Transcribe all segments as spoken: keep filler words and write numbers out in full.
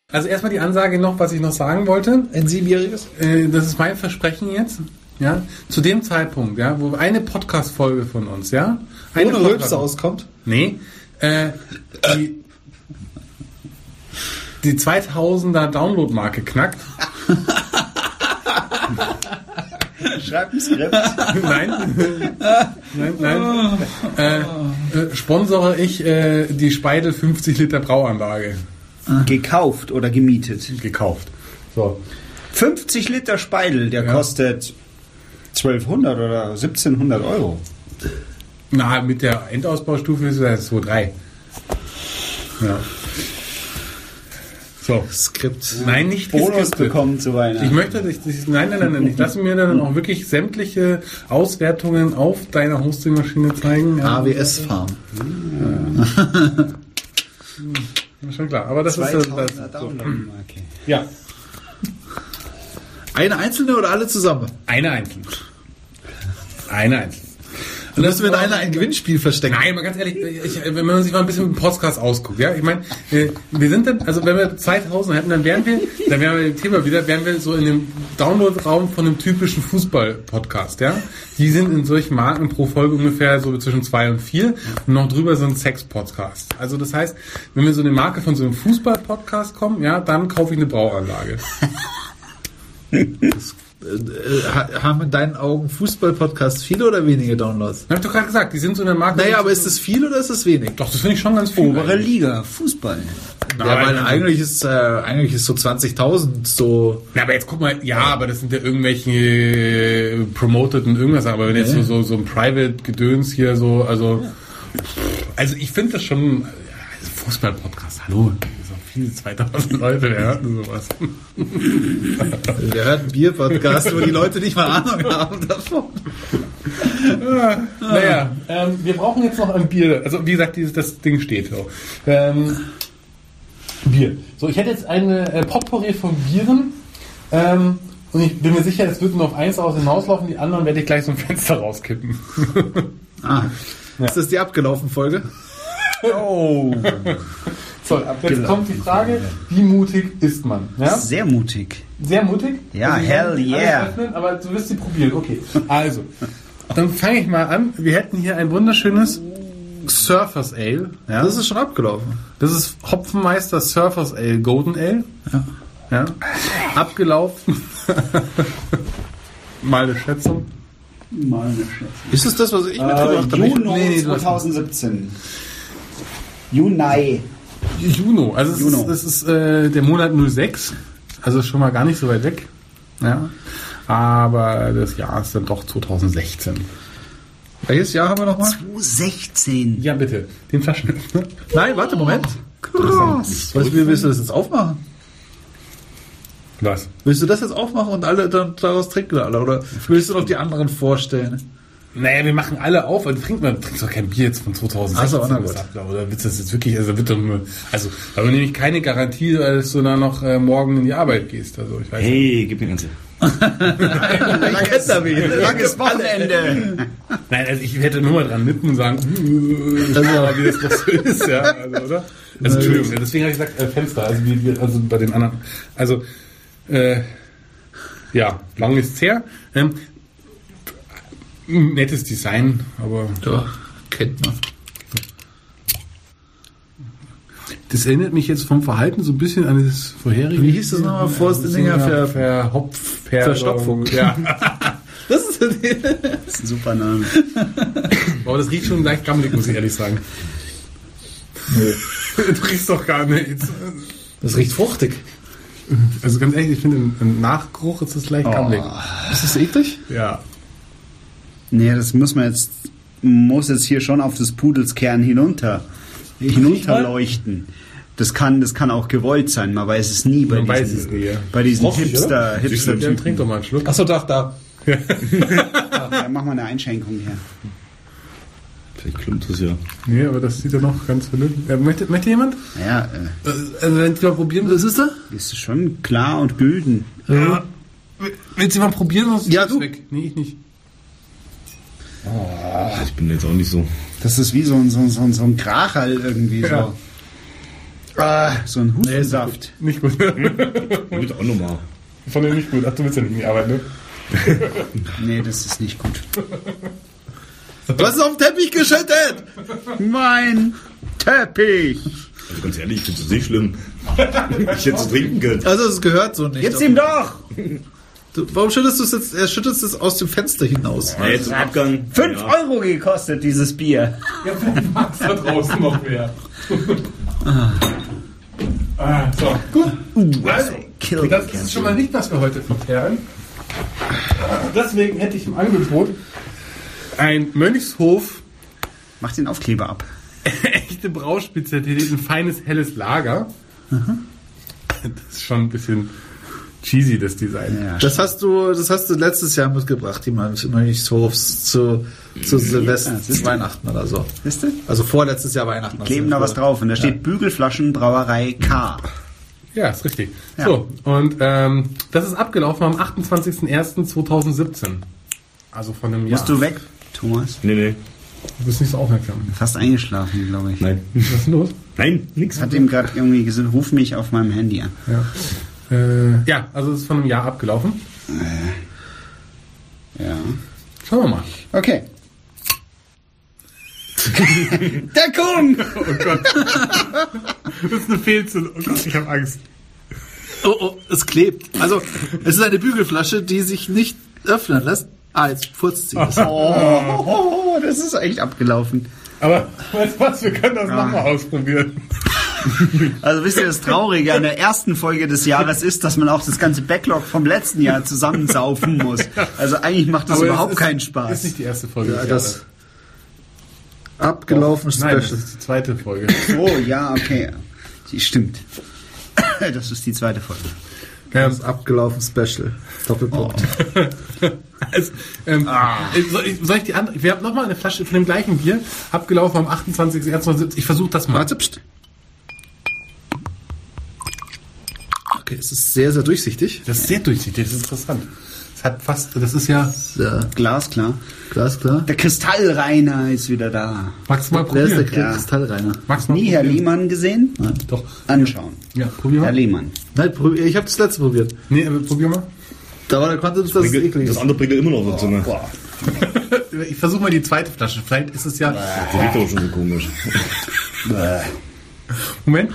Also erstmal die Ansage noch, was ich noch sagen wollte. Ein siebenjähriges? Äh, das ist mein Versprechen jetzt. Ja, zu dem Zeitpunkt, ja, wo eine Podcast-Folge von uns, ja, eine ohne Rülpse auskommt. Nee, äh, die, die zweitausender Download-Marke knackt. Schreib ein Skript. Nein, nein, nein. Äh, äh, sponsere ich äh, die Speidel fünfzig Liter Brauanlage. Gekauft oder gemietet? Gekauft. So. fünfzig Liter Speidel, der Ja. kostet zwölfhundert oder siebzehnhundert Euro. Na, mit der Endausbaustufe ist es zwei Komma drei. Ja. So. Skript. Nein, nicht Bonus geskriptet. bekommen zu Weihnachten. Ich möchte, ich, ich, nein, nein, nein, nein, ich lasse mir dann auch wirklich sämtliche Auswertungen auf deiner Hostingmaschine zeigen. Ja. A W S-Farm. Ja, schon klar, aber das ist das, das so. Download-Marke. Ja, Eine einzelne oder alle zusammen? eine einzelne. Eine einzelne. Und müssen wir in einer ein Gewinnspiel verstecken? Nein, mal ganz ehrlich, ich, wenn man sich mal ein bisschen mit dem Podcast ausguckt, ja, ich meine, wir, wir sind dann, also wenn wir zweitausend hätten, dann wären wir, dann wären wir im Thema wieder, wären wir so in dem Downloadraum von einem typischen Fußball-Podcast, ja. Die sind in solchen Marken pro Folge ungefähr so zwischen zwei und vier und noch drüber sind Sex-Podcasts. Also das heißt, wenn wir so eine Marke von so einem Fußball-Podcast kommen, ja, dann kaufe ich eine Brauanlage. Äh, haben in deinen Augen Fußball-Podcasts viele oder wenige Downloads? Hab ich doch gerade gesagt, die sind so eine Marke. Naja, aber ist das viel oder ist das wenig? Doch, das finde ich schon ganz viel. Obere eigentlich. Liga, Fußball. Ja, weil eigentlich ist, äh, eigentlich ist so zwanzigtausend so... Na, aber jetzt guck mal, ja, aber das sind ja irgendwelche äh, Promoted und irgendwas, aber wenn jetzt so, so, so ein Private-Gedöns hier so, also, also ich finde das schon, ja, Fußball-Podcast, hallo, das sind auch viele zweitausend Leute, der hört nur sowas. Der hört einen Bier-Podcast, wo die Leute nicht mal Ahnung haben davon. Ja, naja, ähm, wir brauchen jetzt noch ein Bier, also wie gesagt, dieses, das Ding steht so. Ähm, Bier. So, ich hätte jetzt eine äh, Potpourri von Bieren, ähm, und ich bin mir sicher, es wird nur auf eins aus hinauslaufen, die anderen werde ich gleich so ein Fenster rauskippen. Ah, ja. Ist das die abgelaufen Folge? Oh. So, jetzt kommt die Frage, wie mutig ist man? Ja? Sehr mutig. Sehr mutig? Ja, Also, hell alles yeah. öffnen, aber du wirst sie probieren, okay. Also, dann fange ich mal an. Wir hätten hier ein wunderschönes Surfers Ale. Ja? Das ist schon abgelaufen. Das ist Hopfenmeister Surfers Ale Golden Ale. Ja. Ja. Abgelaufen. Mal eine Schätzung. Meine Schätzung. Ist es das, was ich Äh, mitgebracht habe? Juno Nee, nee, du hast- zwanzig siebzehn. Junai. Juno. Also es Juno. ist, es ist äh, der Monat null sechs. Also schon mal gar nicht so weit weg. Ja. Aber das Jahr ist dann doch zwanzig sechzehn. Welches Jahr haben wir nochmal? zwanzig sechzehn. Ja, bitte. Den Verschnitt. Nein, warte, Moment. Krass. Was, wie willst du das jetzt aufmachen? Was? Willst du das jetzt aufmachen und alle dann daraus trinken alle? Oder willst du noch die anderen vorstellen? Naja, wir machen alle auf. Also trinkt man trinkt doch kein Bier jetzt von zwanzig sechzehn. Ach so, na gut. Oder willst du das jetzt wirklich? Also wird doch nur. Also, aber nämlich keine Garantie, dass du dann noch äh, morgen in die Arbeit gehst. Also ich weiß nicht. Hey, gib mir ganze. Langes, Langes Wochenende. Nein, also ich hätte nur mal dran nippen und sagen, also, wie das doch so ist, ja, also, oder? Also Entschuldigung, deswegen habe ich gesagt äh, Fenster, also wie, wie also bei den anderen. Also äh, ja, lang ist's her. Ähm, nettes Design, aber Ja, kennt man. das erinnert mich jetzt vom Verhalten so ein bisschen an das vorherige. Wie hieß das nochmal? Forstdinger Ver, für- Verhopf, Ver, Verstopfung. Ja. Das ist Das ist ein super Name. Aber das riecht schon leicht gammelig, muss ich ehrlich sagen. Du riechst doch gar nichts. Das riecht fruchtig. Also ganz ehrlich, ich finde, im, im Nachgeruch ist es leicht gammelig. Ist das eklig? Ja. Nee, das muss man jetzt, muss jetzt hier schon auf des Pudels Kern hinunter, hinunterleuchten. Das kann, das kann auch gewollt sein, man weiß es nie bei Man weiß diesen, es nie, ja. bei diesen Rochig, Hipster, oder? Hipster Dann trink doch mal einen Schluck. Achso, da, da. Ja, mach mal eine Einschenkung her. Vielleicht klumpt es ja. Nee, aber das sieht ja noch ganz vernünftig. Äh, möchte, möchte jemand? Ja, äh, Äh, Also wenn Sie mal probieren, was ist da? ist schon klar und gülden. Ja. Willst du mal probieren? Sonst Ja, ist es du. weg. Nee, ich nicht. Ich bin jetzt auch nicht so. Das ist wie so ein, so ein, so ein, so ein Kracherl irgendwie Ja. so. Ah, So ein Hustensaft. Nicht gut. Wird auch nochmal. Von dem nicht gut. Ach, du willst ja nicht mehr arbeiten, ne? Nee, das ist nicht gut. du hast es auf den Teppich geschüttet! Mein Teppich. Also ganz ehrlich, ich finde es nicht schlimm. Ich hätte es trinken können. Also es gehört so nicht. Jetzt ihm doch! Du, warum schüttest du es jetzt? Er schüttet es aus dem Fenster hinaus. Ja, jetzt im Abgang. Fünf ja. Euro gekostet, dieses Bier. Ja, vielleicht magst da draußen noch mehr. ah, so, gut. Also, Kill das ist schon mal nicht, was wir heute verkehren. Deswegen hätte ich im Angebot ein Mönchshof Mach den Aufkleber ab. echte Brauspezialität, ein feines, helles Lager. Das ist schon ein bisschen cheesy, das Design. Ja, Das hast du, das hast du letztes Jahr mitgebracht, die Mönchshofs zu, zu Silvester, Ja, siehst du. Weihnachten oder so. wisst ihr? Also vorletztes Jahr Weihnachten. Kleben da was drauf und da steht Bügelflaschen Brauerei K. Ja, ist richtig. Ja. So, und ähm, das ist abgelaufen am achtundzwanzigsten ersten zweitausendsiebzehn. Also von einem Jahr. Musst du weg, Thomas? Nee, nee. Du bist nicht so aufmerksam. Fast eingeschlafen, glaube ich. Nein. Was ist denn los? Nein, nix. Hat ihm gerade irgendwie gesagt, ruf mich auf meinem Handy an. Ja. Äh, ja, also es ist von einem Jahr abgelaufen. Ja. Schauen wir mal. Okay. Deckung! Oh Gott. Das ist eine Fehlzündung. Oh Gott, ich habe Angst. Oh, oh, es klebt. Also, es ist eine Bügelflasche, die sich nicht öffnen lässt. Ah, jetzt furzt sie. Das. Oh, das ist echt abgelaufen. Aber weißt du was, wir können das nochmal ausprobieren. Also wisst ihr, das Traurige an der ersten Folge des Jahres ist, dass man auch das ganze Backlog vom letzten Jahr zusammensaufen muss. Also eigentlich macht das Aber überhaupt es ist, keinen Spaß. ist nicht die erste Folge. Ja, des das Jahres. abgelaufene Nein, das Special. ist die zweite Folge. Oh, ja, okay. Die stimmt. Das ist die zweite Folge. Ähm, Das abgelaufene Special. Doppelpunkt. also, ähm, soll, ich, soll ich die andere? Wir haben nochmal eine Flasche von dem gleichen Bier, abgelaufen am achtundzwanzigsten ersten zweitausendsiebzehn. Ich versuche das mal. Warte, pst. Okay, es ist sehr, sehr durchsichtig. Das ist sehr durchsichtig, das ist interessant. Das hat fast, das ist ja. Ja, Glasklar. glasklar. Der Kristallreiner ist wieder da. Magst du mal Wer ist der probieren? Ja. Kristallreiner? Magst du mal Nie Herr probieren? Lehmann gesehen? Nein. Doch. Anschauen. Ja, probier Herr mal. Lehmann. Nein, probier- ich habe das letzte probiert. Nee, aber probier mal. Da war der Konsens, dass es eklig Das ist. andere bringt immer noch auf die Zunge. Ich versuche mal die zweite Flasche. Vielleicht ist es ja. Der riecht aber schon so komisch. Bäh. Moment.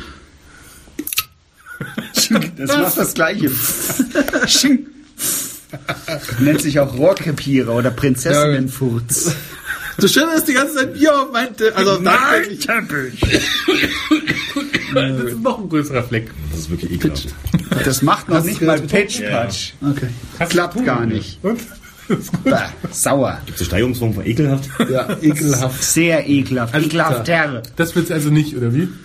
Das macht das Gleiche. Sching. Nennt sich auch Rohrkrepierer oder Prinzessinnenfurz. Du schüttelst die ganze Zeit Bier auf mein Te- also auf dein Teppich. Das ist noch ein größerer Fleck. Das ist wirklich ekelhaft. Das macht noch Hast nicht du mal gehört? Pitch-Patch. Okay. Klappt gar nicht. Und? Ist gut. Bäh, sauer. Gibt es eine Steigerungsform von ekelhaft? Ja, ekelhaft. Sehr ekelhaft. Also, Ekelhafter. Das willst du also nicht, oder wie?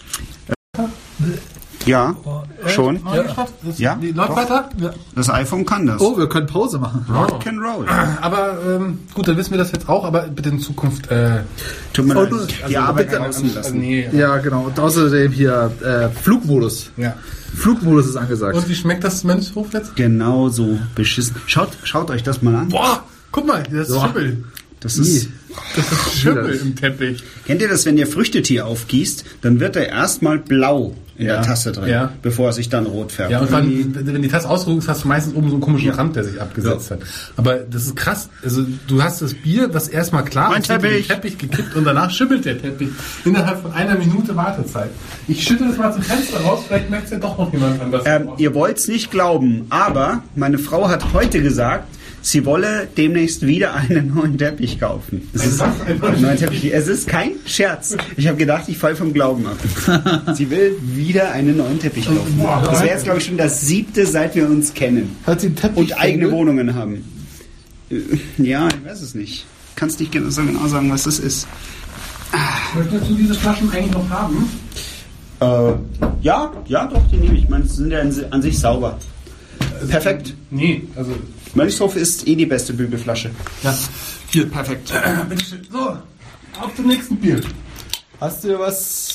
Ja, schon. Ja. Das, Ja, die läuft weiter? Ja. Das iPhone kann das. Oh, wir können Pause machen. Rock and Roll. Aber ähm, gut, dann wissen wir das jetzt auch, aber bitte in Zukunft. Äh, Tut mir Oh, leid. du- Die also Arbeit bitte- draußen also, lassen. nee. Ja, genau. Und außerdem hier äh, Flugmodus. Ja. Flugmodus ist angesagt. Und wie schmeckt das Mönchshof jetzt? Genau so beschissen. Schaut, schaut euch das mal an. Boah, guck mal, das ist Boah. Schimmel. Das ist. Das ist Schimmel im Teppich. Kennt ihr das, wenn ihr Früchtetee aufgießt, dann wird er erstmal blau in Ja. der Tasse drin, Ja. bevor er sich dann rot färbt. Ja, und dann, wenn die Tasse ausgerückt ist, hast du meistens oben so einen komischen Rand, der sich abgesetzt hat. Aber das ist krass. Also, du hast das Bier, das erstmal klar Mein ist, in den Teppich. Teppich gekippt und danach schimmelt der Teppich. Innerhalb von einer Minute Wartezeit. Ich schütte das mal zum Fenster raus, vielleicht merkt ja doch noch jemand an, was Ähm, ihr wollt's nicht glauben, aber meine Frau hat heute gesagt, sie wolle demnächst wieder einen neuen Teppich kaufen. Es ist, einen neuen Teppich. Es ist kein Scherz. Ich habe gedacht, ich falle vom Glauben ab. Sie will wieder einen neuen Teppich kaufen. Das wäre jetzt, glaube ich, schon das siebte, seit wir uns kennen. Hat sie einen Teppich Und eigene drin? Wohnungen haben. Äh, Ja, ich weiß es nicht. Kannst nicht genau so genau sagen, was das ist. Möchtest du diese Flaschen eigentlich noch haben? Äh, ja, ja, doch, die nehme ich. Ich meine, sie sind ja an an sich sauber. Perfekt. Nee, also. Mönchshof ist eh die beste Bügelflasche. Ja, hier, perfekt. Äh, bitteschön. So, auf zum nächsten Bier. Hast du was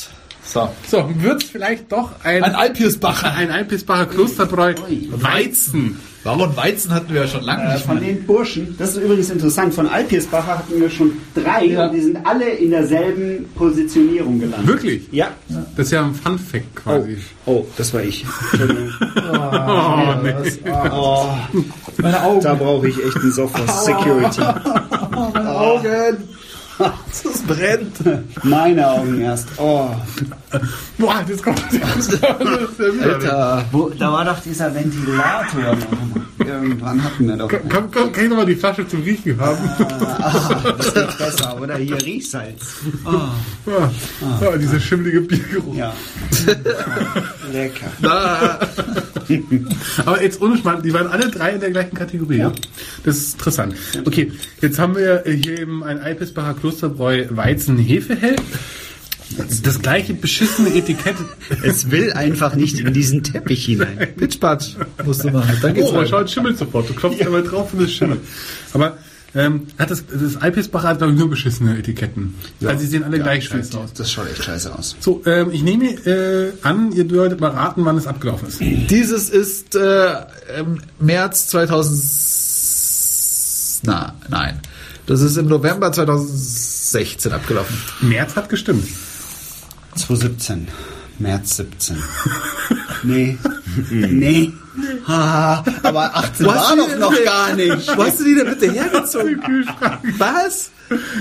So. So, wird es vielleicht doch ein, Ein Alpirsbacher. ein Alpirsbacher Klosterbräu Weizen. Warum Weizen hatten wir ja schon lange Äh, nicht von mehr. den Burschen, das ist übrigens interessant, von Alpirsbacher hatten wir schon drei Ja. und die sind alle in derselben Positionierung gelandet. Wirklich? Ja. Das ist ja ein Fun-Fact quasi. Oh, das war ich. Entschuldigung. Oh, nee. Oh, Meine Augen. da brauche ich echt einen Sofa Security. Meine Augen. Das brennt. Meine Augen erst. Oh. Boah, das kommt. Das ist ja wieder- Alter. Wo, da war doch dieser Ventilator noch. Irgendwann hatten wir doch. Komm, komm, kann ich nochmal die Flasche zum Riechen haben? Ah, das riecht besser, oder? Hier Riechsalz. Ja, ja, dieser schimmlige Biergeruch. Ja. Lecker. Ah. Aber jetzt ohne Schmarrn, die waren alle drei in der gleichen Kategorie. Ja. Das ist interessant. Okay, jetzt haben wir hier eben ein Alpirsbacher Klosterbräu Weizen Hefehell. Das gleiche beschissene Etikett. Es will einfach nicht in diesen Teppich hinein. Pitchpatsch musst du machen. Dann geht's Oh, weiter. schau, es schimmelt sofort. Du klopfst einmal drauf und es schimmelt. Aber ähm, hat das, das Alpirsbacher hat, glaube ich, nur beschissene Etiketten. Also sie sehen alle gleich scheiße aus. Das schaut echt scheiße aus. So, ähm, ich nehme äh, an, ihr solltet mal raten, wann es abgelaufen ist. Dieses ist äh, im März zweitausend. Na, nein. Das ist im November zweitausendsechzehn abgelaufen. März hat gestimmt. zwanzig siebzehn. März siebzehn. Nee. Nee. Ha, aber achtzehn Wo hast war du doch die noch denn- gar nicht. Wo hast du die denn bitte hergezogen? Was?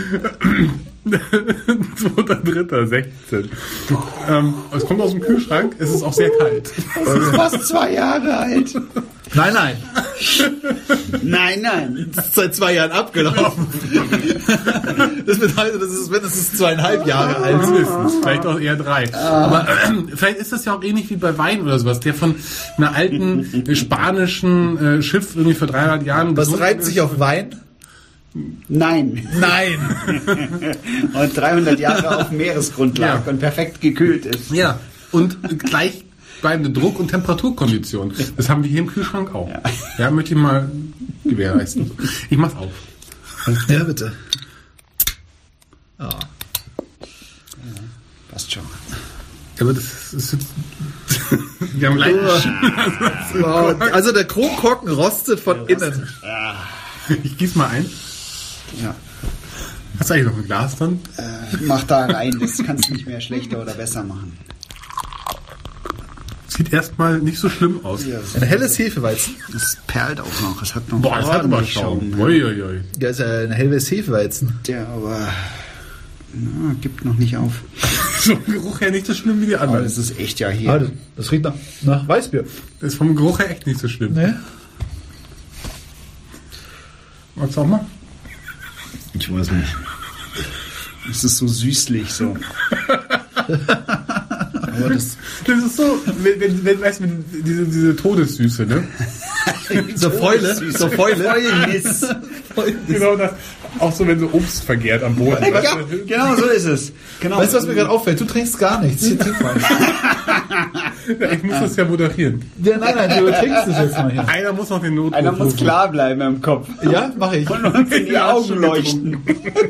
zweiter dritter sechzehn. Ähm, es kommt aus dem Kühlschrank, es ist auch sehr kalt. Das ist fast zwei Jahre alt. Nein, nein. Nein, nein. Das ist seit zwei Jahren abgelaufen. Das bedeutet, das ist mindestens zweieinhalb Jahre alt. Mindestens, vielleicht auch eher drei. Aber äh, vielleicht ist das ja auch ähnlich wie bei Wein oder sowas, der von einer alten äh, spanischen äh, Schiff irgendwie vor dreihundert Jahren... Was gesunken reibt ist. sich auf Wein? Nein. Nein. Und dreihundert Jahre auf dem Meeresgrund lag Ja. und perfekt gekühlt ist. Ja, und gleich bleibende Druck- und Temperaturkonditionen. Das haben wir hier im Kühlschrank auch. Ja, ja möchte ich mal gewährleisten. Ich mach's auf. Ja, bitte. Oh. Passt schon. Aber das ist jetzt... Wir haben gleich... Wow. Also der Kronkorken rostet von innen. Ich gieß mal ein. Ja. Hast du eigentlich noch ein Glas dann? Äh, mach da rein, das kannst du nicht mehr schlechter oder besser machen. Sieht erstmal nicht so schlimm aus. Ein helles Hefeweizen. Das perlt auch noch. Es hat noch Boah, das hat aber ordentlich Schaum. ne? Uiuiui. Ja, ist ja ein helles Hefeweizen. Der aber na, gibt noch nicht auf. So vom Geruch her nicht so schlimm wie die Aber anderen. das ist echt ja hier. Ah, das, das riecht nach, nach Weißbier. Das ist vom Geruch her echt nicht so schlimm. Ne? Magst du auch mal? Ich weiß nicht. Es ist so süßlich so. Aber das, das ist so, wenn, wenn, wenn, weißt, wenn diese, diese Todessüße, ne? So Fäule. So Fäule. Fäulnis. Genau das. Auch so, wenn so Obst vergärt am Boden. Ja, Weißt du? genau so ist es. Genau. Weißt du, was mir gerade auffällt? Du trinkst gar nichts. Hier, trink mal. Ja, ich muss das ja moderieren. Ja, nein, nein, du trinkst es jetzt mal hier. Einer muss noch den Notruf Einer muss rufen. klar bleiben im Kopf. Ja, mache ich. Und uns in die Augen leuchten.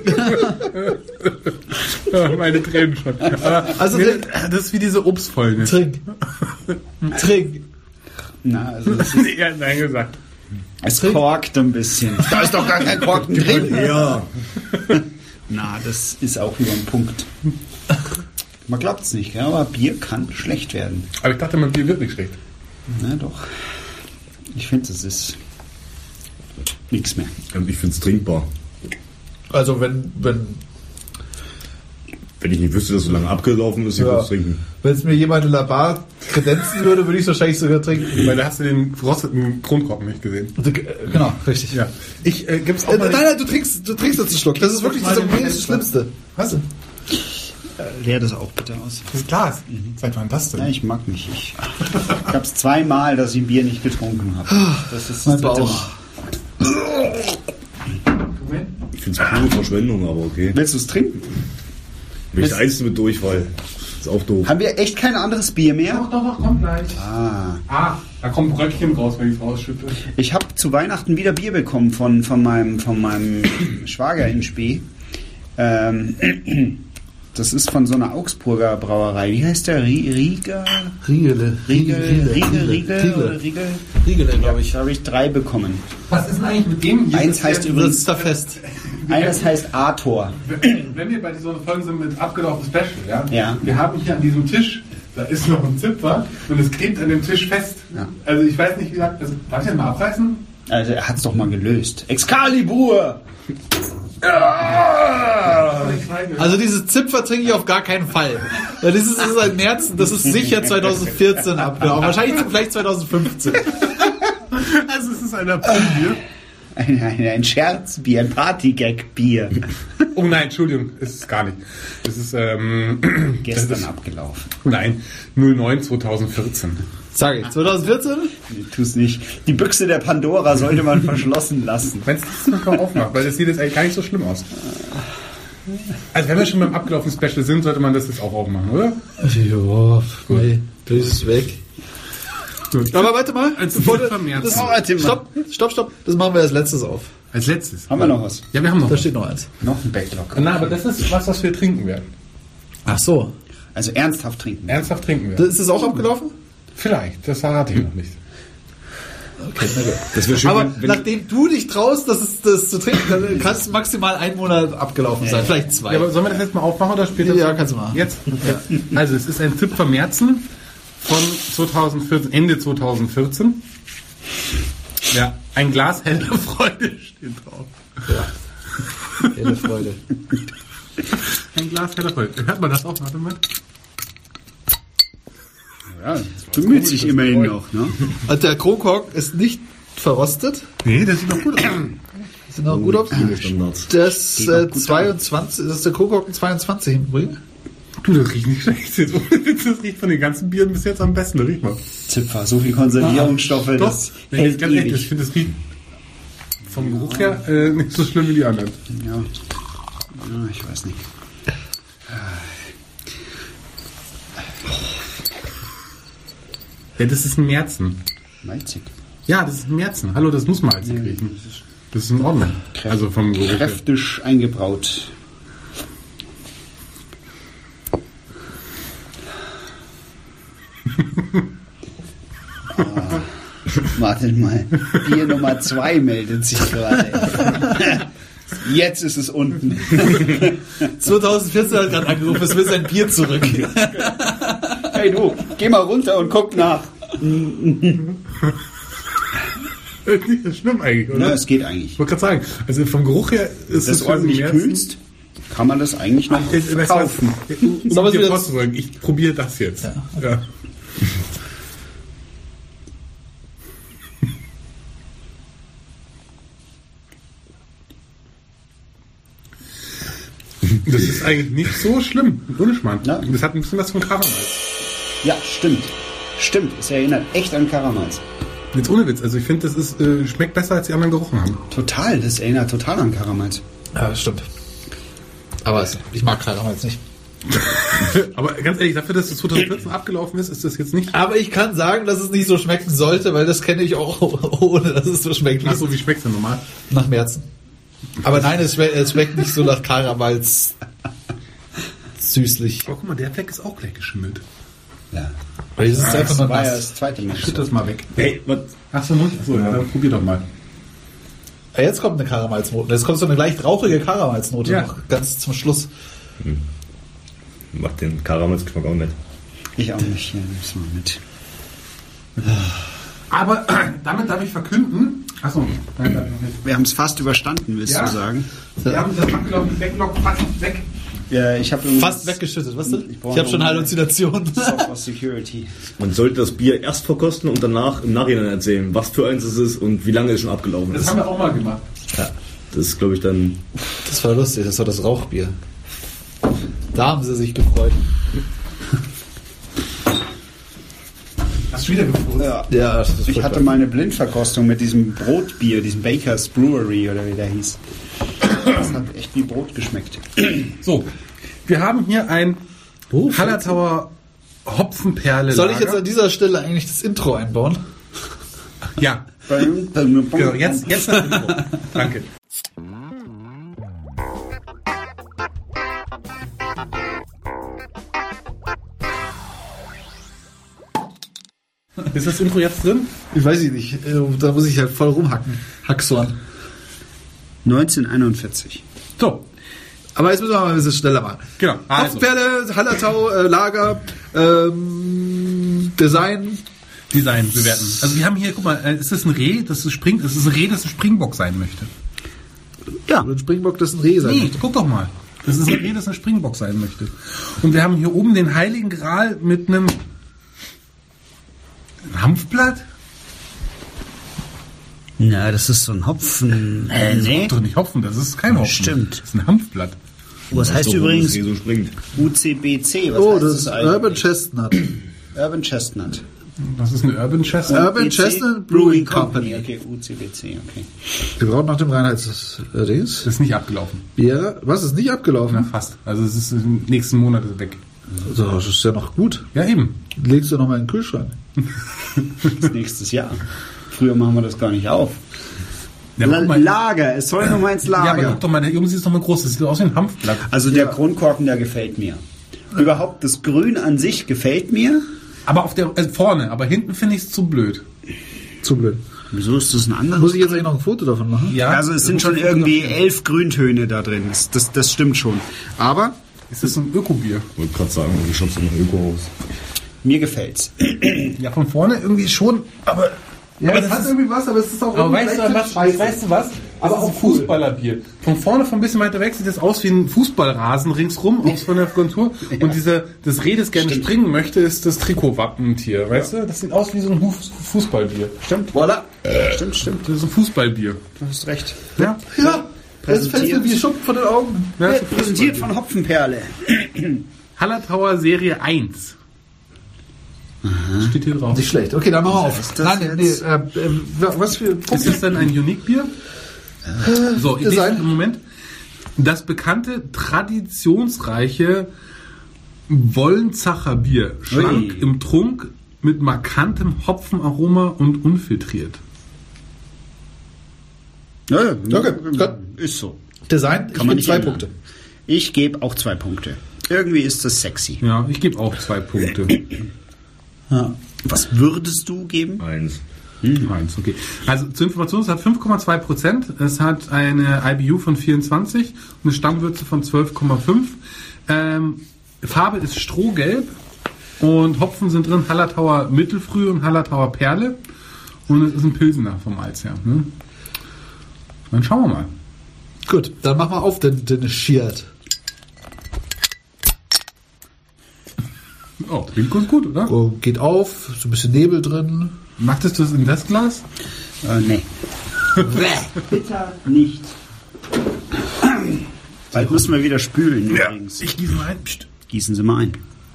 Ja, meine Tränen schon. Aber Also, nee, trink. das ist wie diese Obstfäulnis. Trink. Trink. Na, also es, ist, Er hat nein gesagt. es korkt ein bisschen. Da ist doch gar kein Korken drin. Ja. Na, das ist auch über ein Punkt. Man glaubt es nicht, gell? Aber Bier kann schlecht werden. Aber ich dachte, mein Bier wird nicht schlecht. Na doch. Ich finde, es ist nichts mehr. Und ich finde es trinkbar. Also, wenn, wenn, Wenn ich nicht wüsste, dass so lange abgelaufen ist, ich würde ja, es trinken. wenn es mir jemand in der Bar kredenzen würde, würde ich es wahrscheinlich sogar trinken. Weil da hast du den verrosteten Kronkorken nicht gesehen. Genau, richtig. Ja. Ich äh, gib's auch Äh, mal nein, nein, du trinkst, du trinkst jetzt einen Schluck. Das ist wirklich das, Meine das Schlimmste. Was? Äh, leer das auch bitte aus. das Glas. Seit wann das denn? Ja, ich mag nicht. Ich, ich habe es zweimal, dass ich Bier nicht getrunken habe. Das ist Mein das dritte Bauch. Mal. Ich finde es pure Verschwendung, aber okay. Willst du es trinken? Bin ich der Einzige mit Durchfall. Ist auch doof. Haben wir echt kein anderes Bier mehr? Doch, doch, doch, kommt gleich. Ah. Ah, da kommt Bröckchen raus, wenn ich es rausschütte. Ich habe zu Weihnachten wieder Bier bekommen von, von meinem, von meinem Schwager in Spee. Ähm, Das ist von so einer Augsburger Brauerei. Wie heißt der? Riegel? Riegele. Riegel, Riegel, Riegel, oder Riegel? Riegele, glaube ich. Da habe ich drei bekommen. Was ist denn eigentlich mit dem hier? Eins heißt übrigens, Sitzt da fest. eines heißt Arthur. Wenn wir bei so einer Folge sind mit abgelaufenem Special, ja? Ja. Wir haben hier an diesem Tisch, da ist noch ein Zipfer und es klebt an dem Tisch fest. Ja. Also ich weiß nicht, wie gesagt, also, darf ich den mal abreißen? Also er hat es doch mal gelöst. Excalibur! Also dieses Zipfer trinke ich auf gar keinen Fall. Weil das ist, das ist ein März, das ist sicher zwanzig vierzehn abgelaufen. Wahrscheinlich vielleicht zwanzig fünfzehn. Also es ist ein Aprilbier. Ein, ein, ein Scherzbier, ein Partygag-Bier. Oh nein, Entschuldigung, ist es gar nicht. Es ist ähm, Gestern das ist, abgelaufen. Nein, null neun zwanzig vierzehn. Sag ich, zwanzig vierzehn? Nee, tu's nicht. Die Büchse der Pandora sollte man verschlossen lassen. Wenn es das noch aufmacht, weil das sieht jetzt eigentlich gar nicht so schlimm aus. Also wenn wir schon beim abgelaufenen Special sind, sollte man das jetzt auch aufmachen, oder? Ja, nee, das ist weg. Gut. Aber warte mal. Als bevor Zipfer du- März. das, Oh, warte mal. stopp, stopp, stopp. Das machen wir als letztes auf. Als letztes. Haben wir noch was? Ja, wir haben noch. Da steht noch eins. Noch ein Backlog. Na, aber das ist was, was wir trinken werden. Ach so. Also ernsthaft trinken. Ernsthaft trinken Das, werden. ist das auch abgelaufen? Vielleicht, das verrate ich noch nicht. Okay, na gut. Das wäre schön, Aber wenn, wenn nachdem du dich traust, das, ist, das zu trinken, dann kann es maximal ein Monat abgelaufen sein. Vielleicht zwei. Ja, aber sollen wir das jetzt mal aufmachen oder später? Ja, kannst du machen. Jetzt? Ja. Also es ist ein Zipfer Märzen von zwanzig vierzehn, Ende zwanzig vierzehn. Ja, ein Glas heller Freude steht drauf. Helle Freude. Ein Glas heller Freude. Hört man das auch? Warte mal. Ja, bemüht sich immerhin noch. Ne? Und der Kronkork ist nicht verrostet. Nee, das sieht doch gut aus. Sieht noch gut aus. Standards. Das Sieht doch äh, gut zweiundzwanzig, das ist der Kronkorken zweiundzwanzig im Übrigen. Du, das riecht nicht schlecht. Jetzt, das riecht von den ganzen Bieren bis jetzt am besten. Riech mal. Zipfer, so viel Konservierungsstoffe, Doch, das wenn ich hält ganz ehrlich, ich ewig. finde das riecht vom Geruch her äh, nicht so schlimm wie die anderen. Ja. Ja, ich weiß nicht. Ja, das ist ein Märzen. Malzig. Ja, das ist ein Märzen. Hallo, das muss malzig riechen. Das ist in Ordnung. Also vom Geruch her. Kräftig eingebraut. Ah, wartet mal. Bier Nummer zwei meldet sich gerade. Jetzt ist es unten. zwanzig vierzehn hat gerade angerufen, es will sein Bier zurück. Hey du, geh mal runter und guck nach. Das ist nicht so schlimm eigentlich, oder? Ja, es geht eigentlich. Ich wollte gerade sagen, also vom Geruch her ist Wenn es es ordentlich kühlst, kann man das eigentlich noch Jetzt, weißt du was? verkaufen. Um Sollen wir dir wieder- vorzubeugen, ich probiere das jetzt. Ja, Ja. Das ist eigentlich nicht so schlimm. Ohne Schmarrn. Ja. Das hat ein bisschen was von Karamell. Ja, stimmt. Stimmt, es erinnert echt an Karamals. Jetzt ohne Witz. Also ich finde, das ist, äh, schmeckt besser, als die anderen gerochen haben. Total, das erinnert total an Karamals. Ja, das stimmt. Aber es, ich mag Karamell jetzt nicht. Aber ganz ehrlich, dafür, dass es zwanzig vierzehn abgelaufen ist, ist das jetzt nicht... Aber ich kann sagen, dass es nicht so schmecken sollte, weil das kenne ich auch ohne, dass es so schmeckt. Ach so, wie schmeckt es denn normal? Nach Märzen. Aber nein, es schmeckt, es schmeckt nicht so nach Karamals süßlich. Oh, guck mal, der Fleck ist auch gleich geschimmelt. Ja. Weil es ist einfach Das nur war ja nass. das zweite Mal. Schütt das mal weg. Hey, was? Ach so, nicht? Achso, ja, dann probier doch mal. Ja, jetzt kommt eine Karamalznote. Jetzt kommt so eine leicht rauchige Karamalznote Ja. noch ganz zum Schluss. Macht den Karamellsgeschmack auch nicht. Ich auch nicht. Hier, nimm's mal mit. Aber damit darf ich verkünden... Achso, nein, nein, noch nicht. Wir haben es fast überstanden, willst Ja. du sagen? Wir haben das abgelaufene Backlog fast weg. Ja, ich habe Fast weggeschüttet, weißt du? Ich Ich, brauche habe schon noch- Halluzinationen. Software Security. Man sollte das Bier erst verkosten und danach im Nachhinein erzählen, was für eins es ist und wie lange es schon abgelaufen Das ist. haben wir auch mal gemacht. Ja, das ist, glaube ich, dann... Das war lustig, das war das Rauchbier. Da haben sie sich gefreut. Hast du wieder gefroren? Ja. Ja, das ist Ich furchtbar. hatte mal eine Blindverkostung mit diesem Brotbier, diesem Baker's Brewery oder wie der hieß. Das hat echt wie Brot geschmeckt. So, wir haben hier ein Oh, Hallertauer Hopfenperle. Soll ich jetzt an dieser Stelle eigentlich das Intro einbauen? Ja, genau, jetzt, jetzt das Intro. Danke. Ist das Intro jetzt drin? Ich weiß ich nicht. Da muss ich halt voll rumhacken. Hacksorn. neunzehnhunderteinundvierzig. So. Aber jetzt müssen wir mal ein bisschen schneller machen. Genau. Also. Hopfenperle, Hallertau, äh, Lager, ähm, Design. Design bewerten. Also wir haben hier, guck mal, ist das ein Reh, das ist Spring, das ist ein Reh, das ein Springbock sein möchte. Ja. Und ein Springbock, das ein Reh sein Nee, möchte. guck doch mal. Das ist ein Reh, das ein Springbock sein möchte. Und wir haben hier oben den Heiligen Gral mit einem Hanfblatt. Na, das ist so ein Hopfen. Äh, Das nee. ist doch nicht Hopfen, das ist kein Hopfen. Stimmt. Das ist ein Hanfblatt. Was heißt Doch, warum übrigens das Reh so springt. U C B C? Was Oh, heißt das ist eigentlich? Urban Chestnut. Urban Chestnut. Das ist eine Urban Chestnut. Urban U C Chestnut Brewing Company. Okay, U C B C, okay. Wir brauchen nach dem Reinheitsdings. Das ist nicht abgelaufen. Ja, was ist nicht Ja, abgelaufen? fast. Also es ist im nächsten Monat weg. So, das ist ja noch gut. Ja, eben. Legst du noch mal in den Kühlschrank. Das nächstes Jahr. Früher machen wir das gar nicht auf. Ja, La guck mal. Lager, es soll noch mal ins Ja, aber Lager. guck doch mal, der Junge sieht doch mal groß. Das sieht aus wie ein Hanfblatt. Also der Kronkorken, der gefällt mir. Überhaupt das Grün an sich gefällt mir. Aber auf der äh, vorne, aber hinten finde ich es zu blöd. Zu blöd. Wieso ist das ein anderes? Muss ich jetzt eigentlich noch ein Foto davon machen? Ja. Also es sind schon irgendwie elf Grüntöne da drin. Das, das, das stimmt schon. Aber Ist das ein Ökobier? Ich wollte gerade sagen, wie schaut es nach Öko aus? mir gefällt's. Ja, von vorne irgendwie schon, aber. Ja, aber es das hat ist, irgendwie was, aber es ist auch aber irgendwie weißt du was? scheiße. Weißt du was? Aber auch Fußballerbier. Von vorne, von ein bisschen weiter weg, sieht das aus wie ein Fußballrasen ringsrum, aus von der Kontur. Und dieser, das Reh, das gerne springen möchte, ist das Trikotwappentier. Weißt du? Das sieht aus wie so ein Huf- Fußballbier. Stimmt. Voilà. Stimmt, stimmt. Das ist ein Fußballbier. Du hast recht. Ja. Ja, jetzt fällt mir wie Schuppen von den Augen. Ja, das ist ein Präsentiert von Hopfenperle. Hallertauer Serie eins. Steht hier drauf. Nicht schlecht. Okay, dann machen wir auf. ist das Nein, nee, jetzt? äh, äh, was für Ist das dann ein Unique-Bier? So, ich Design. lese im Moment. Das bekannte, traditionsreiche Wollenzacher Bier. Schlank Ui. im Trunk, mit markantem Hopfenaroma und unfiltriert. Ja, ja, Okay, gut. ist so. Design? Kann man ich nicht gebe zwei ändern. Punkte. Ich gebe auch zwei Punkte. Irgendwie ist das sexy. Ja, ich gebe auch zwei Punkte. Was würdest du geben? Eins. Eins, okay. Also zur Information, es hat fünf Komma zwei Prozent, es hat eine I B U von vierundzwanzig und eine Stammwürze von zwölf Komma fünf. Ähm, Farbe ist strohgelb und Hopfen sind drin Hallertauer Mittelfrüh und Hallertauer Perle und es ist ein Pilsener vom Malz her. Ne? Dann schauen wir mal. Gut, dann machen wir auf den, den Shirt. Oh, klingt ganz gut, oder? Oh, geht auf, so ein bisschen Nebel drin. Machtest du das in das Glas? Äh, nee. Bitter nicht. Bald müssen wir wieder spülen übrigens. Ich gieße mal ein. Psst. Gießen Sie mal ein.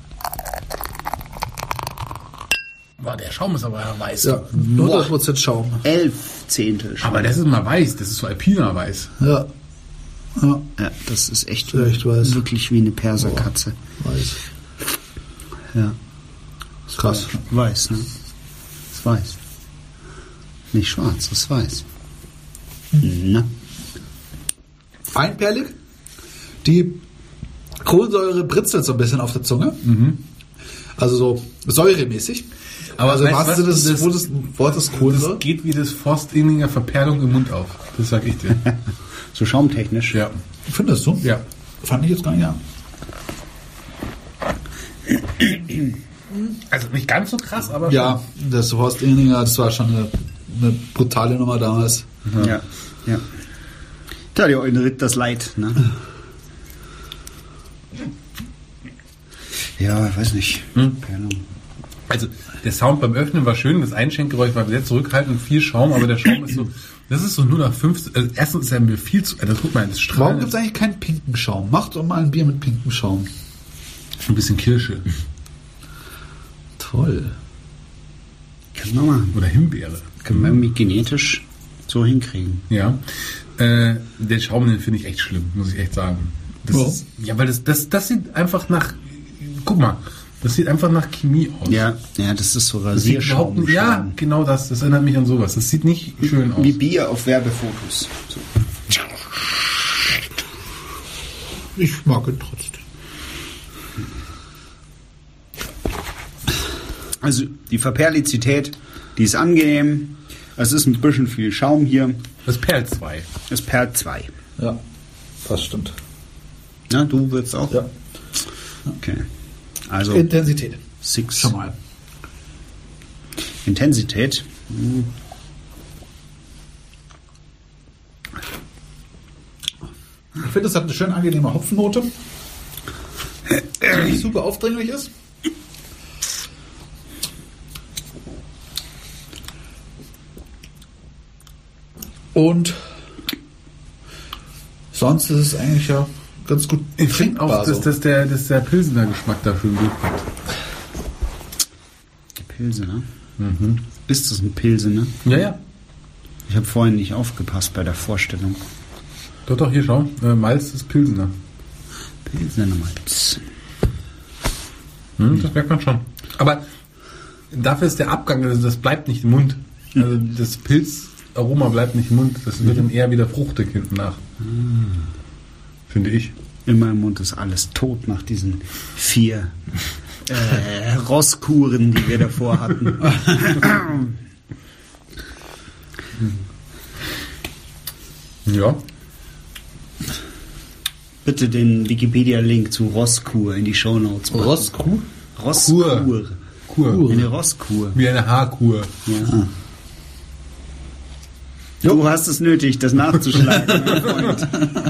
Boah, der Schaum ist aber weiß. Ja, hundert Prozent Schaum. Elf Zehntel. Aber das ist mal weiß, das ist so alpiner weiß. Ja. Ja, Ja, das ist echt, Echt weiß. wirklich wie eine Perserkatze. weiß. Ja. Krass. Weiß, ne? Ist weiß. Nicht schwarz, das ist weiß. Na? Feinperlig. Die Kohlensäure britzelt so ein bisschen auf der Zunge. Also so säuremäßig. Aber also im weißt wahrsten du Sinne was? des Wortes, Wortes Das Kohlensäure. geht wie das Forstinninger Verperlung im Mund auf. Das sag ich dir. So schaumtechnisch. Ja. Findest du? Ja. Fand ich jetzt gar nicht an. Also nicht ganz so krass, aber Ja, das Horst Ehninger, das war schon eine, eine brutale Nummer damals. Ja. Ja. Da die Eulen ritt das Leid, ne? Ja, ich weiß nicht. Hm? Keine Ahnung. Also der Sound beim Öffnen war schön, das Einschenkgeräusch war sehr zurückhaltend, viel Schaum, aber der Schaum ist so, das ist so nur nach fünf, also erstens ist er mir viel zu, also guck mal, das Warum Strahlen gibt es ist eigentlich keinen pinken Schaum? Macht doch mal ein Bier mit pinkem Schaum. ein bisschen Kirsche Toll. Können wir machen. oder Himbeere. Können wir irgendwie genetisch so hinkriegen. Ja, äh, der Schaum, den finde ich echt schlimm, muss ich echt sagen. Das Warum? ist, ja, weil das, das, das sieht einfach nach, guck mal, das sieht einfach nach Chemie aus. Ja, ja, das ist so Das sieht überhaupt Rasierschaum. nicht, ja, genau das. Das erinnert mich an sowas. Das sieht nicht schön aus. Wie Bier auf Werbefotos. So. Ich mag ihn trotzdem. Also die Verperlizität, die ist angenehm. Es ist ein bisschen viel Schaum hier. Das Perl zwei. Das Perl zwei. Ja, das stimmt. Ja, du würdest auch? Ja. Okay. Also Intensität. six. Schon mal. Intensität. Ich finde, es hat eine schön angenehme Hopfennote, die nicht super aufdringlich ist. Und sonst ist es eigentlich ja ganz gut Ich finde auch, trinkbar dass, so. dass der, dass der Pilsener Geschmack da schön durchkommt. Pilsener. Mhm. Ist das ein Pilsener? Ja, ja. Ich habe vorhin nicht aufgepasst bei der Vorstellung. Doch, doch, hier schau. Äh, Malz ist Pilsener. Pilsener Malz. Hm, das merkt man schon. Aber dafür ist der Abgang, also das bleibt nicht im Mund. Also das Pilzaroma bleibt nicht im Mund. Das wird dann eher wieder fruchtig hinten nach. Finde ich. In meinem Mund ist alles tot nach diesen vier äh, Rosskuren, die wir davor hatten. Ja. Bitte den Wikipedia-Link zu Rosskur in die Shownotes machen. Rosskuh? Rosskur. Kur. Eine Rosskur. Wie eine Haarkur. Ja. Du hast es nötig, das nachzuschlagen, mein Freund.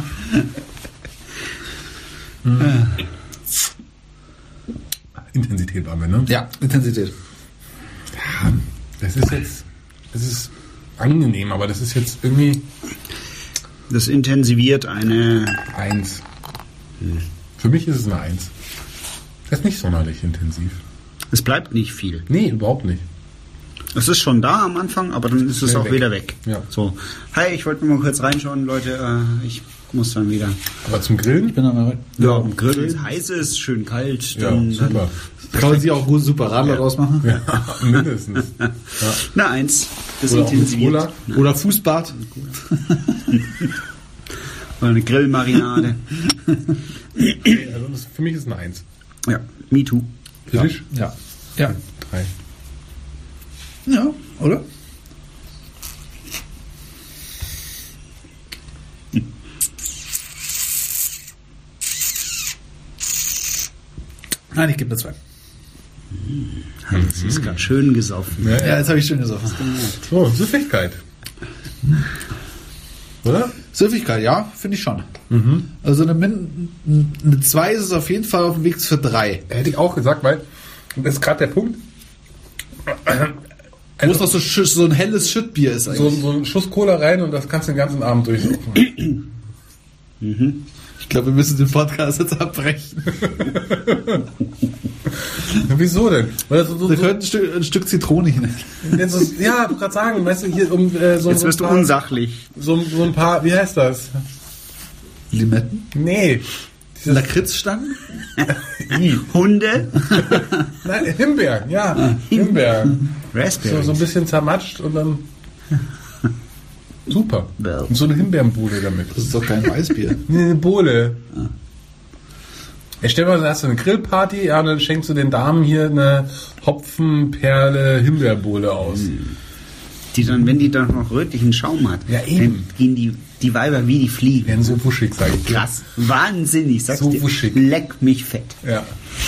Intensität waren wir, ne? Ja, Intensität. Ja, das ist jetzt, das ist angenehm, aber das ist jetzt irgendwie Das intensiviert eine... eins. Für mich ist es eine eins. Das ist nicht sonderlich intensiv. Es bleibt nicht viel. Nee, überhaupt nicht. Es ist schon da am Anfang, aber dann ist es Schnell auch weg. wieder weg. Ja. So, hi, ich wollte nur mal kurz reinschauen, Leute. Äh, ich muss dann wieder. Aber zum Grillen? Ich bin da mal Ja, im Grill, wenn es heiß ist, schön kalt. Ja, Dann, super. Kann man sich auch gut super Radler draus machen? Ja, mindestens. Ja. Na, eins. Das Oder auch mit intensiviert. Cola. Oder Fußbad. Oder eine Grillmarinade. Also das, für mich ist es eine eins. Ja, me too. Für Ja. dich? Ja. Ja. Drei. Ja, oder? Nein, ich gebe eine zwei. Das ist gerade schön gesoffen. Ja, Ja, jetzt habe ich schön gesagt. So, Süffigkeit. Oder? Süffigkeit, ja, finde ich schon. Also eine, Min eine zwei ist es auf jeden Fall auf dem Weg zur drei. Hätte ich auch gesagt, weil das ist gerade der Punkt. Wo es noch so, sch- so ein helles Schüttbier ist So, eigentlich. so ein Schuss Cola rein und das kannst du den ganzen Abend durchlaufen. Ich glaube, wir müssen den Podcast jetzt abbrechen. Wieso denn? Weil so, so, Da so, könnte ein Stück, ein Stück Zitrone hin. jetzt ist, ja, ich wollte gerade sagen, weißt du, hier um äh, so, Jetzt so, ein wirst du paar, unsachlich. so, so ein paar, wie heißt das? Limetten? Nee. Dieses, Lakritzstangen? Hunde. nein, Himbeeren, ja. Himbeeren. Raspberry. So, so ein bisschen zermatscht und dann. Super. Ja. Und so eine Himbeerenbowle damit. Das ist doch kein Weißbier. Nee, eine Bowle. Ich stell mal, du hast so eine Grillparty, ja, und dann schenkst du den Damen hier eine Hopfenperle Himbeerbowle aus. Die dann, wenn die dann noch rötlichen Schaum hat, Ja, eben. dann gehen die, die Weiber wie die Die Fliegen. werden so wuschig, sag ich dir. Krass. Wahnsinnig, sagst So dir. wuschig. Leck mich fett. Ja.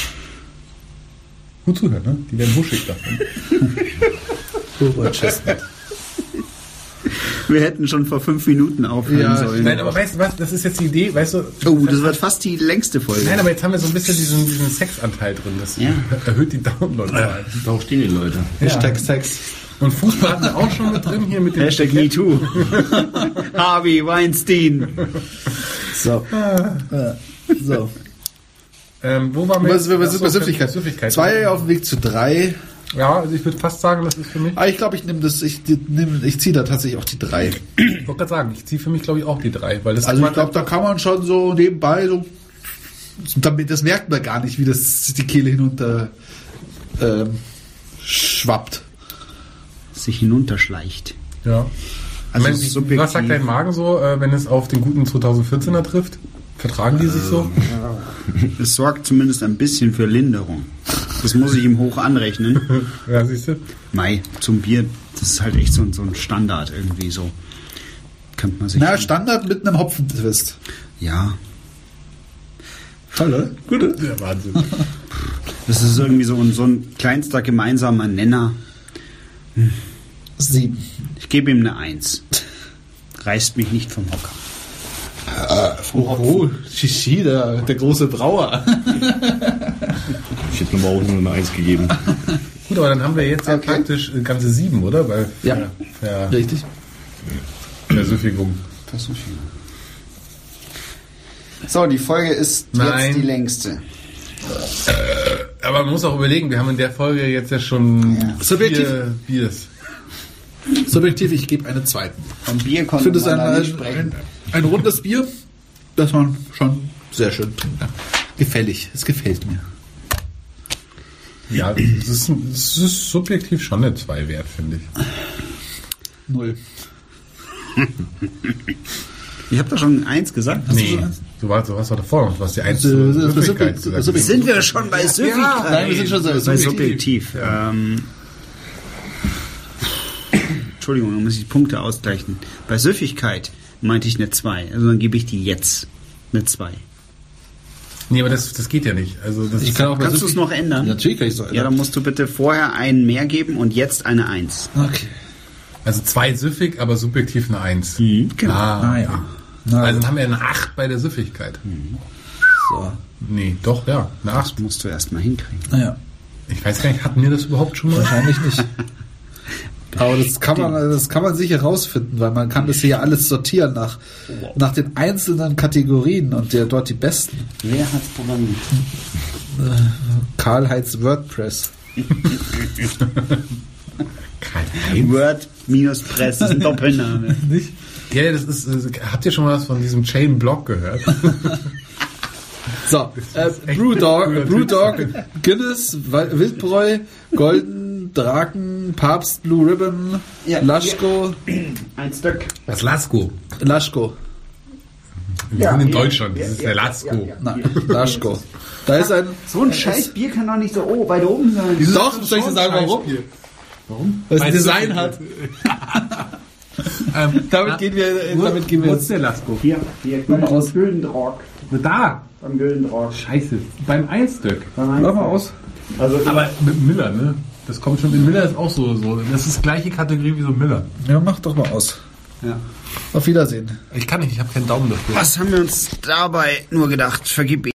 Gut zuhören, ne? Die werden wuschig davon. Robert Chestnut. Wir hätten schon vor fünf Minuten aufhören Ja, sollen. Nein, aber weißt du was? Das ist jetzt die Idee, weißt du? Oh, das wird fast die längste Folge. Nein, aber jetzt haben wir so ein bisschen diesen, diesen Sexanteil drin. Das Ja. erhöht die Downloadzahlen. Darauf stehen die Leute. Hashtag Sex. Und Fußball hatten wir auch schon mit drin hier mit dem Hashtag MeToo. Harvey Weinstein. So. Äh, so. Ähm, wo waren wir? Was, was, was, Ach so, bei Süffigkeit. Süffigkeit. Zwei auf dem Weg zu drei. Ja, also ich würde fast sagen, das ist für mich. Aber ich glaube, ich nehme das, ich, die- nehm, ich ziehe da tatsächlich auch die drei. Ich wollte gerade sagen, ich ziehe für mich, glaube ich, auch die drei. Weil das Also ich glaube, da kann man schon so nebenbei so, damit, das merkt man gar nicht, wie das die Kehle hinunter ähm, schwappt. Sich hinunterschleicht. Ja. Also ich es meine, ist subjektiv. was sagt dein Magen so, äh, wenn es auf den guten zweitausendvierzehner trifft? Vertragen die sich so? Es sorgt zumindest ein bisschen für Linderung. Das muss ich ihm hoch anrechnen. Ja, siehst du? Mei, zum Bier, das ist halt echt so, so ein Standard irgendwie so. Könnte man sich... Na, Standard mit einem Hopfentwist. Ja. Voll, Gute. Ja, Wahnsinn. Das ist irgendwie so ein, so ein kleinster gemeinsamer Nenner. Sieben. Ich gebe ihm eine Eins. Reißt mich nicht vom Hocker. Oh, oh Shishi, der, der große Brauer. Ich hätte mir auch nur eine Eins gegeben. Gut, aber dann haben wir jetzt ja Okay. praktisch äh, ganze sieben, oder? Bei Ja. ja. Richtig. Versüffigung. So, die Folge ist Nein. jetzt die längste. Aber man muss auch überlegen, wir haben in der Folge jetzt ja schon Ja. Subjektiv. vier Biers. Subjektiv, ich gebe eine zweiten. Vom Bier Ich konnte finde es man ein, da nicht ein, sprechen. ein, ein rundes Bier, das man schon sehr schön trinkt. Gefällig, es gefällt mir. Ja, es ist, es ist subjektiv schon eine zwei wert, finde ich. Null. Ich habe da schon eins gesagt. Nee, du warst, du warst doch davor noch, du hast die eins Äh, zur das ist Süffigkeit subjektiv- gesagt. subjektiv. Sind wir schon bei Süffigkeit? Nein, wir sind schon so bei subjektiv. subjektiv. Ähm, Entschuldigung, da muss ich die Punkte ausgleichen. Bei Süffigkeit meinte ich eine zwei. Also dann gebe ich die jetzt eine zwei. Nee, aber das, das geht ja nicht. Also das Ich ist, kann auch bei Kannst du es Süffig- noch ändern? Natürlich kann ich es Ja, dann musst du bitte vorher einen mehr geben und jetzt eine Eins. Okay. also zwei süffig, aber subjektiv eine eins. Genau. Ah, Naja. Na, also dann haben wir eine acht bei der Süffigkeit. so. Nee, doch, ja, eine acht. Das musst du erst mal hinkriegen. Naja, Ich weiß gar nicht, hatten wir das überhaupt schon mal? wahrscheinlich nicht. Aber das kann man, das kann man sicher herausfinden, weil man kann das hier alles sortieren nach, nach den einzelnen Kategorien und der dort die besten. Wer hat's programmiert? Karl-Heinz WordPress. Kein Word minus Press ist ein Doppelname. Nicht? Ja, das ist. äh, Habt ihr schon mal was von diesem Chain Block gehört? So, äh, echt Brewdog, früher Brewdog, Guinness, Wa- Wildbräu, Golden, Draken, Papst, Blue Ribbon, Ja, Laschko, Ein Stück. Das Lasko. Laschko. Wir Ja, sind in ja, Deutschland, das ja, ist ja, der Lasko. ja, ja. Nein, Laschko. Da ist ein. So ein scheiß Bier kann doch nicht so oh, weit oben sein. Doch, soll ich dir sagen, warum? Warum? Weil es ein Weil Design es- hat. Ähm, Damit gehen wir, damit gehen wir Wo ist der Lasko? Hier, hier, Mach mal aus. Güldenrock. Da! Beim Güldenrock. Scheiße. Beim Einstück. Mach mal aus. Also, Aber mit Miller, ne? Das kommt schon. In Miller ist auch so, so. Das ist gleiche Kategorie wie so Miller. Ja, mach doch mal aus. ja. Auf Wiedersehen. Ich kann nicht, ich habe keinen Daumen dafür. Was haben wir uns dabei nur gedacht? Vergib